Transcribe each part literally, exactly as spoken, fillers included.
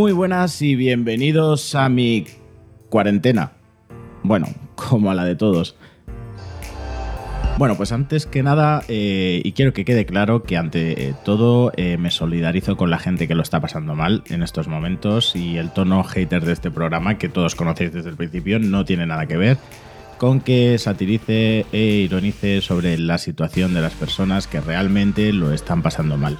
Muy buenas y bienvenidos a mi cuarentena. Bueno, como a la de todos. Bueno, pues antes que nada, eh, y quiero que quede claro que ante eh, todo eh, me solidarizo con la gente que lo está pasando mal en estos momentos, y el tono hater de este programa, que todos conocéis desde el principio, no tiene nada que ver con que satirice e ironice sobre la situación de las personas que realmente lo están pasando mal.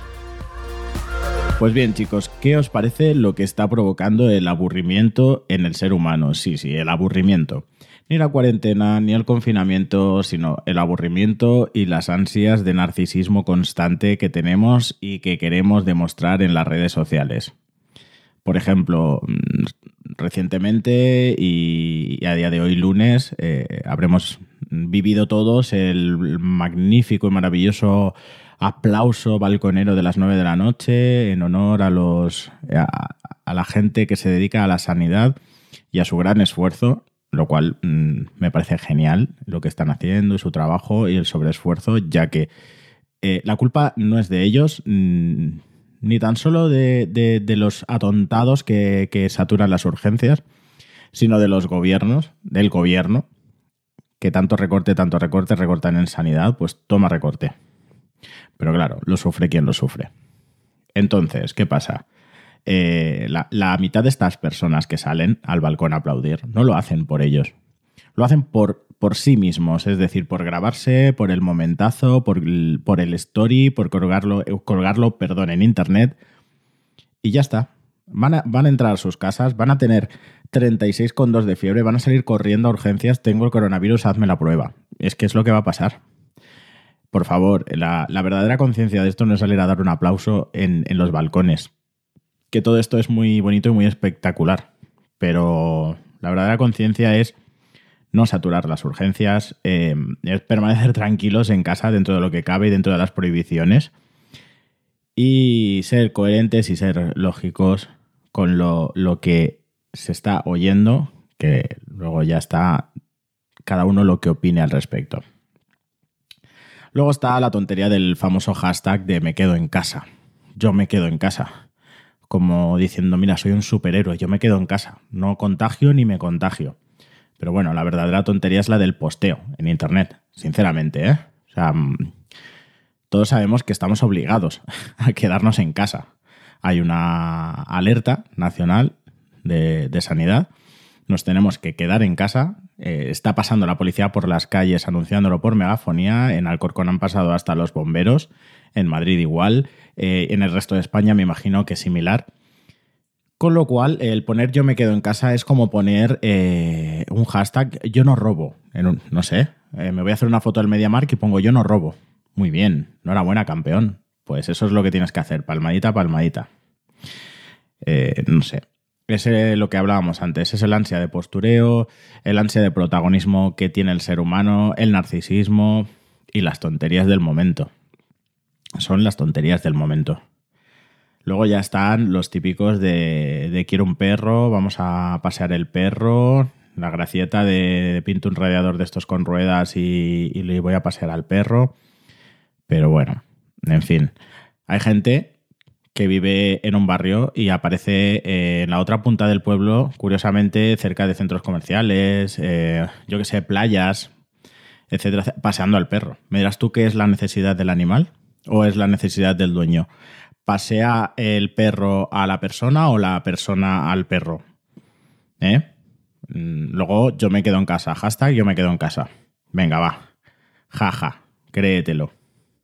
Pues bien, chicos, ¿qué os parece lo que está provocando el aburrimiento en el ser humano? Sí, sí, el aburrimiento. Ni la cuarentena, ni el confinamiento, sino el aburrimiento y las ansias de narcisismo constante que tenemos y que queremos demostrar en las redes sociales. Por ejemplo, recientemente y a día de hoy, lunes, eh, habremos vivido todos el magnífico y maravilloso aplauso balconero de las nueve de la noche en honor a los a, a la gente que se dedica a la sanidad y a su gran esfuerzo, lo cual mmm, me parece genial lo que están haciendo y su trabajo y el sobreesfuerzo, ya que eh, la culpa no es de ellos, mmm, ni tan solo de, de, de los atontados que, que saturan las urgencias, sino de los gobiernos, del gobierno, que tanto recorte, tanto recorte, recortan en sanidad, pues toma recorte. Pero claro, lo sufre quien lo sufre. Entonces, ¿qué pasa? Eh, la, la mitad de estas personas que salen al balcón a aplaudir no lo hacen por ellos. Lo hacen por, por sí mismos, es decir, por grabarse, por el momentazo, por, por el story, por colgarlo, colgarlo perdón, en internet. Y ya está. Van a, van a entrar a sus casas, van a tener treinta y seis coma dos de fiebre, van a salir corriendo a urgencias, tengo el coronavirus, hazme la prueba. Es que es lo que va a pasar. Por favor, la, la verdadera conciencia de esto no es salir a dar un aplauso en, en los balcones. Que todo esto es muy bonito y muy espectacular. Pero la verdadera conciencia es no saturar las urgencias, eh, es permanecer tranquilos en casa dentro de lo que cabe y dentro de las prohibiciones. Y ser coherentes y ser lógicos con lo, lo que se está oyendo, que luego ya está cada uno lo que opine al respecto. Luego está la tontería del famoso hashtag de me quedo en casa. Yo me quedo en casa. Como diciendo, mira, soy un superhéroe, yo me quedo en casa. No contagio ni me contagio. Pero bueno, la verdadera tontería es la del posteo en internet, sinceramente, ¿eh? O sea, todos sabemos que estamos obligados a quedarnos en casa. Hay una alerta nacional de, de sanidad. Nos tenemos que quedar en casa. Eh, está pasando la policía por las calles anunciándolo por megafonía. En Alcorcón han pasado hasta los bomberos. En Madrid igual. Eh, en el resto de España me imagino que es similar. Con lo cual, el poner yo me quedo en casa es como poner eh, un hashtag yo no robo. En un, no sé, eh, me voy a hacer una foto del MediaMarkt y pongo yo no robo. Muy bien, enhorabuena, campeón. Pues eso es lo que tienes que hacer. Palmadita, palmadita. Eh, no sé. Es lo que hablábamos antes, es el ansia de postureo, el ansia de protagonismo que tiene el ser humano, el narcisismo y las tonterías del momento. Son las tonterías del momento. Luego ya están los típicos de, de quiero un perro, vamos a pasear el perro, la gracieta de, de pinto un radiador de estos con ruedas y, y le voy a pasear al perro. Pero bueno, en fin, hay gente que vive en un barrio y aparece eh, en la otra punta del pueblo, curiosamente cerca de centros comerciales, eh, yo que sé, playas, etcétera, paseando al perro. ¿Me dirás tú qué es la necesidad del animal o es la necesidad del dueño? ¿Pasea el perro a la persona o la persona al perro? ¿Eh? Luego yo me quedo en casa. Hashtag yo me quedo en casa. Venga, va. Jaja, créetelo.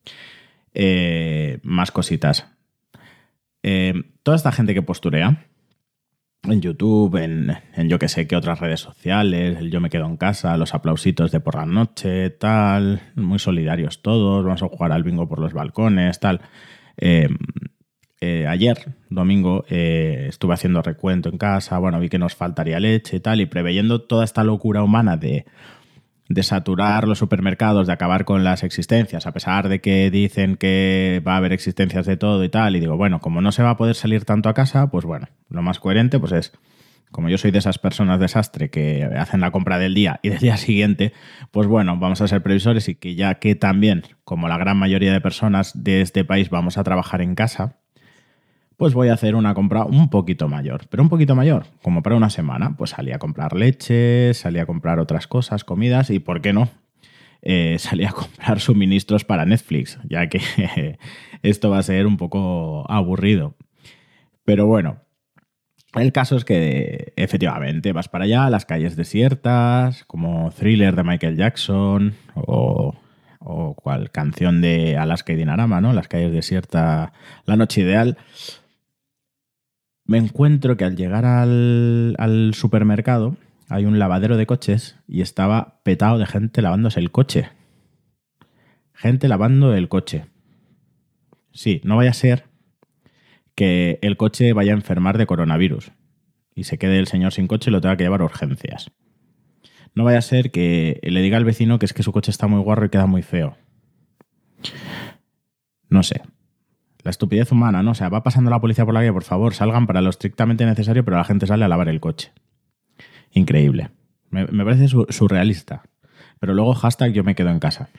Eh, más cositas. Eh, toda esta gente que posturea en YouTube, en, en yo que sé qué otras redes sociales, el yo me quedo en casa, los aplausitos de por la noche, tal, muy solidarios todos, vamos a jugar al bingo por los balcones, tal. Eh, eh, ayer, domingo, eh, estuve haciendo recuento en casa, bueno, vi que nos faltaría leche y tal, y preveyendo toda esta locura humana de de saturar los supermercados, de acabar con las existencias, a pesar de que dicen que va a haber existencias de todo y tal, y digo, bueno, como no se va a poder salir tanto a casa, pues bueno, lo más coherente pues es, como yo soy de esas personas desastre que hacen la compra del día y del día siguiente, pues bueno, vamos a ser previsores y que ya que también, como la gran mayoría de personas de este país, vamos a trabajar en casa, pues voy a hacer una compra un poquito mayor. Pero un poquito mayor, como para una semana. Pues salí a comprar leche, salí a comprar otras cosas, comidas y, ¿por qué no? Eh, salí a comprar suministros para Netflix, ya que esto va a ser un poco aburrido. Pero bueno, el caso es que efectivamente vas para allá, las calles desiertas, como Thriller de Michael Jackson o... o cual canción de Alaska y Dinarama, ¿no? Las calles desiertas, la noche ideal. Me encuentro que al llegar al, al supermercado hay un lavadero de coches y estaba petado de gente lavándose el coche. Gente lavando el coche. Sí, no vaya a ser que el coche vaya a enfermar de coronavirus y se quede el señor sin coche y lo tenga que llevar a urgencias. No vaya a ser que le diga al vecino que es que su coche está muy guarro y queda muy feo. No sé. La estupidez humana, ¿no? O sea, va pasando la policía por la calle, por favor, salgan para lo estrictamente necesario, pero la gente sale a lavar el coche. Increíble. Me, me parece su, surrealista. Pero luego hashtag yo me quedo en casa.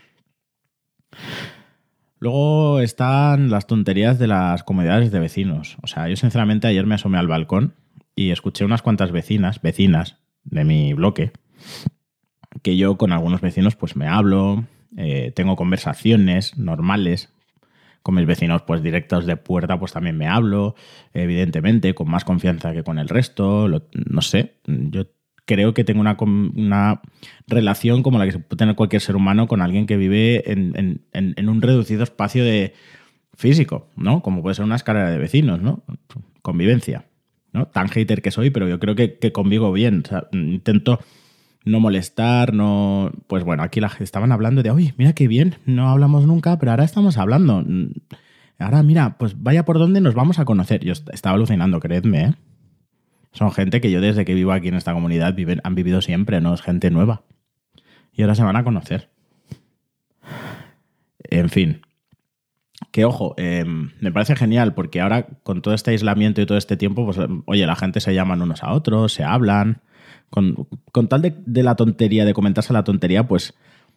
Luego están las tonterías de las comunidades de vecinos. O sea, yo sinceramente ayer me asomé al balcón y escuché unas cuantas vecinas, vecinas de mi bloque, que yo con algunos vecinos pues me hablo, eh, tengo conversaciones normales. Con mis vecinos pues directos de puerta pues también me hablo, evidentemente, con más confianza que con el resto. Lo, no sé, yo creo que tengo una, una relación como la que se puede tener cualquier ser humano con alguien que vive en, en, en un reducido espacio de físico, ¿no? Como puede ser una escalera de vecinos, ¿no? Convivencia, ¿no? Tan hater que soy, pero yo creo que, que convivo bien. O sea, intento no molestar, no... Pues bueno, aquí la, estaban hablando de, oye, mira qué bien, no hablamos nunca, pero ahora estamos hablando. Ahora, mira, pues vaya por donde nos vamos a conocer. Yo estaba alucinando, creedme, ¿eh? Son gente que yo desde que vivo aquí en esta comunidad viven, han vivido siempre, no es gente nueva. Y ahora se van a conocer. En fin. Que ojo, eh, me parece genial porque ahora con todo este aislamiento y todo este tiempo, pues oye, la gente se llaman unos a otros, se hablan... Con, con tal de, de la tontería, de comentarse la tontería, pues,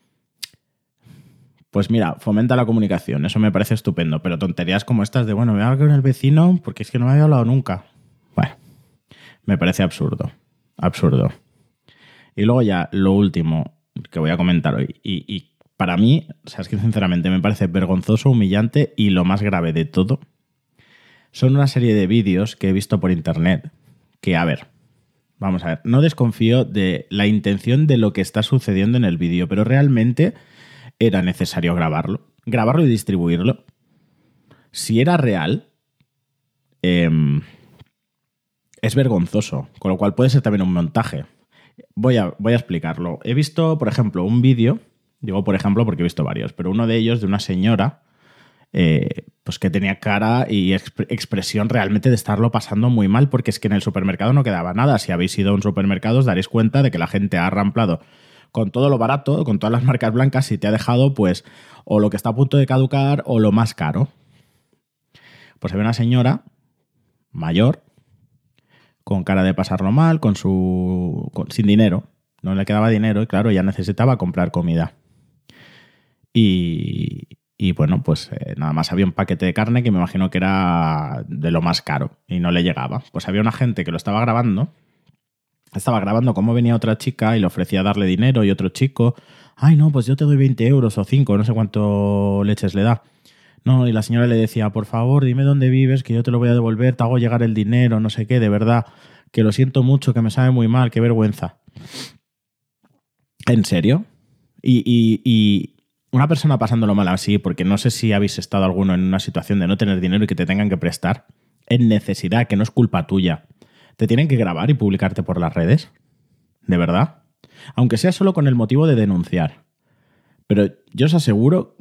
pues mira, fomenta la comunicación. Eso me parece estupendo. Pero tonterías como estas de, bueno, me voy a hablar con el vecino porque es que no me había hablado nunca. Bueno, me parece absurdo. Absurdo. Y luego ya, lo último que voy a comentar hoy. Y, y para mí, o sea, es que sinceramente me parece vergonzoso, humillante y lo más grave de todo. Son una serie de vídeos que he visto por internet que, a ver... Vamos a ver, no desconfío de la intención de lo que está sucediendo en el vídeo, pero realmente era necesario grabarlo, grabarlo y distribuirlo. Si era real, eh, es vergonzoso, con lo cual puede ser también un montaje. Voy a, voy a explicarlo. He visto, por ejemplo, un vídeo, digo por ejemplo porque he visto varios, pero uno de ellos de una señora eh, pues que tenía cara y exp- expresión realmente de estarlo pasando muy mal, porque es que en el supermercado no quedaba nada. Si habéis ido a un supermercado os daréis cuenta de que la gente ha arramplado con todo lo barato, con todas las marcas blancas, y te ha dejado pues o lo que está a punto de caducar o lo más caro. Pues había una señora mayor con cara de pasarlo mal, con su con, sin dinero, no le quedaba dinero y claro, ella necesitaba comprar comida. Y, y bueno, pues eh, nada más había un paquete de carne que me imagino que era de lo más caro y no le llegaba. Pues había una gente que lo estaba grabando, estaba grabando cómo venía otra chica y le ofrecía darle dinero, y otro chico, ay no, pues yo te doy veinte euros o cinco, no sé cuánto leches le da. No, y la señora le decía, por favor, dime dónde vives, que yo te lo voy a devolver, te hago llegar el dinero, no sé qué, de verdad, que lo siento mucho, que me sabe muy mal, qué vergüenza. ¿En serio? Y, y, y una persona pasándolo mal así, porque no sé si habéis estado alguno en una situación de no tener dinero y que te tengan que prestar, en necesidad, que no es culpa tuya, ¿te tienen que grabar y publicarte por las redes? ¿De verdad? Aunque sea solo con el motivo de denunciar. Pero yo os aseguro,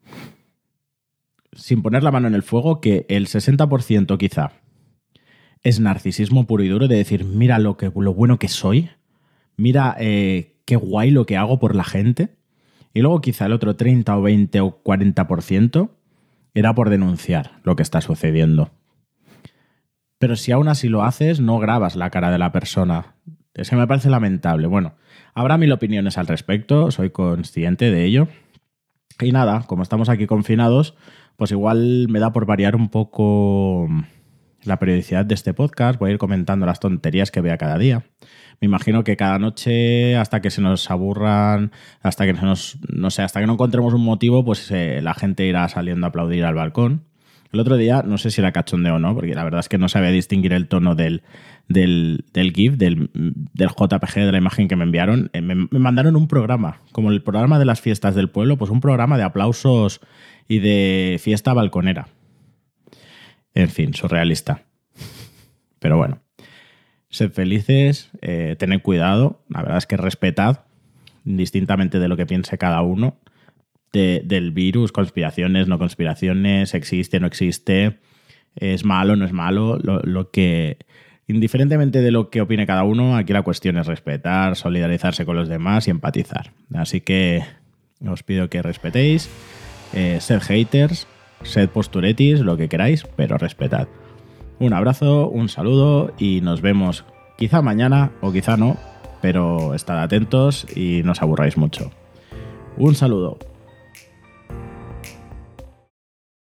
sin poner la mano en el fuego, que el sesenta por ciento quizá es narcisismo puro y duro, de decir, mira lo, que, lo bueno que soy, mira eh, qué guay lo que hago por la gente. Y luego quizá el otro treinta o veinte o cuarenta por ciento era por denunciar lo que está sucediendo. Pero si aún así lo haces, no grabas la cara de la persona. Es que me parece lamentable. Bueno, habrá mil opiniones al respecto, soy consciente de ello. Y nada, como estamos aquí confinados, pues igual me da por variar un poco la periodicidad de este podcast. Voy a ir comentando las tonterías que vea cada día. Me imagino que cada noche, hasta que se nos aburran, hasta que se nos, no sé, hasta que no encontremos un motivo, pues eh, la gente irá saliendo a aplaudir al balcón. El otro día, no sé si era cachondeo o no, porque la verdad es que no sabía distinguir el tono del, del, del GIF, del, del J P G, de la imagen que me enviaron. Me, me mandaron un programa, como el programa de las fiestas del pueblo, pues un programa de aplausos y de fiesta balconera. En fin, surrealista. Pero bueno. Sed felices, eh, tened cuidado, la verdad es que respetad, indistintamente de lo que piense cada uno, de, del virus, conspiraciones, no conspiraciones, existe, no existe, es malo, no es malo, lo, lo que, indiferentemente de lo que opine cada uno, aquí la cuestión es respetar, solidarizarse con los demás y empatizar. Así que os pido que respetéis, eh, sed haters, sed posturetis, lo que queráis, pero respetad. Un abrazo, un saludo y nos vemos quizá mañana o quizá no, pero estad atentos y no os aburráis mucho. Un saludo.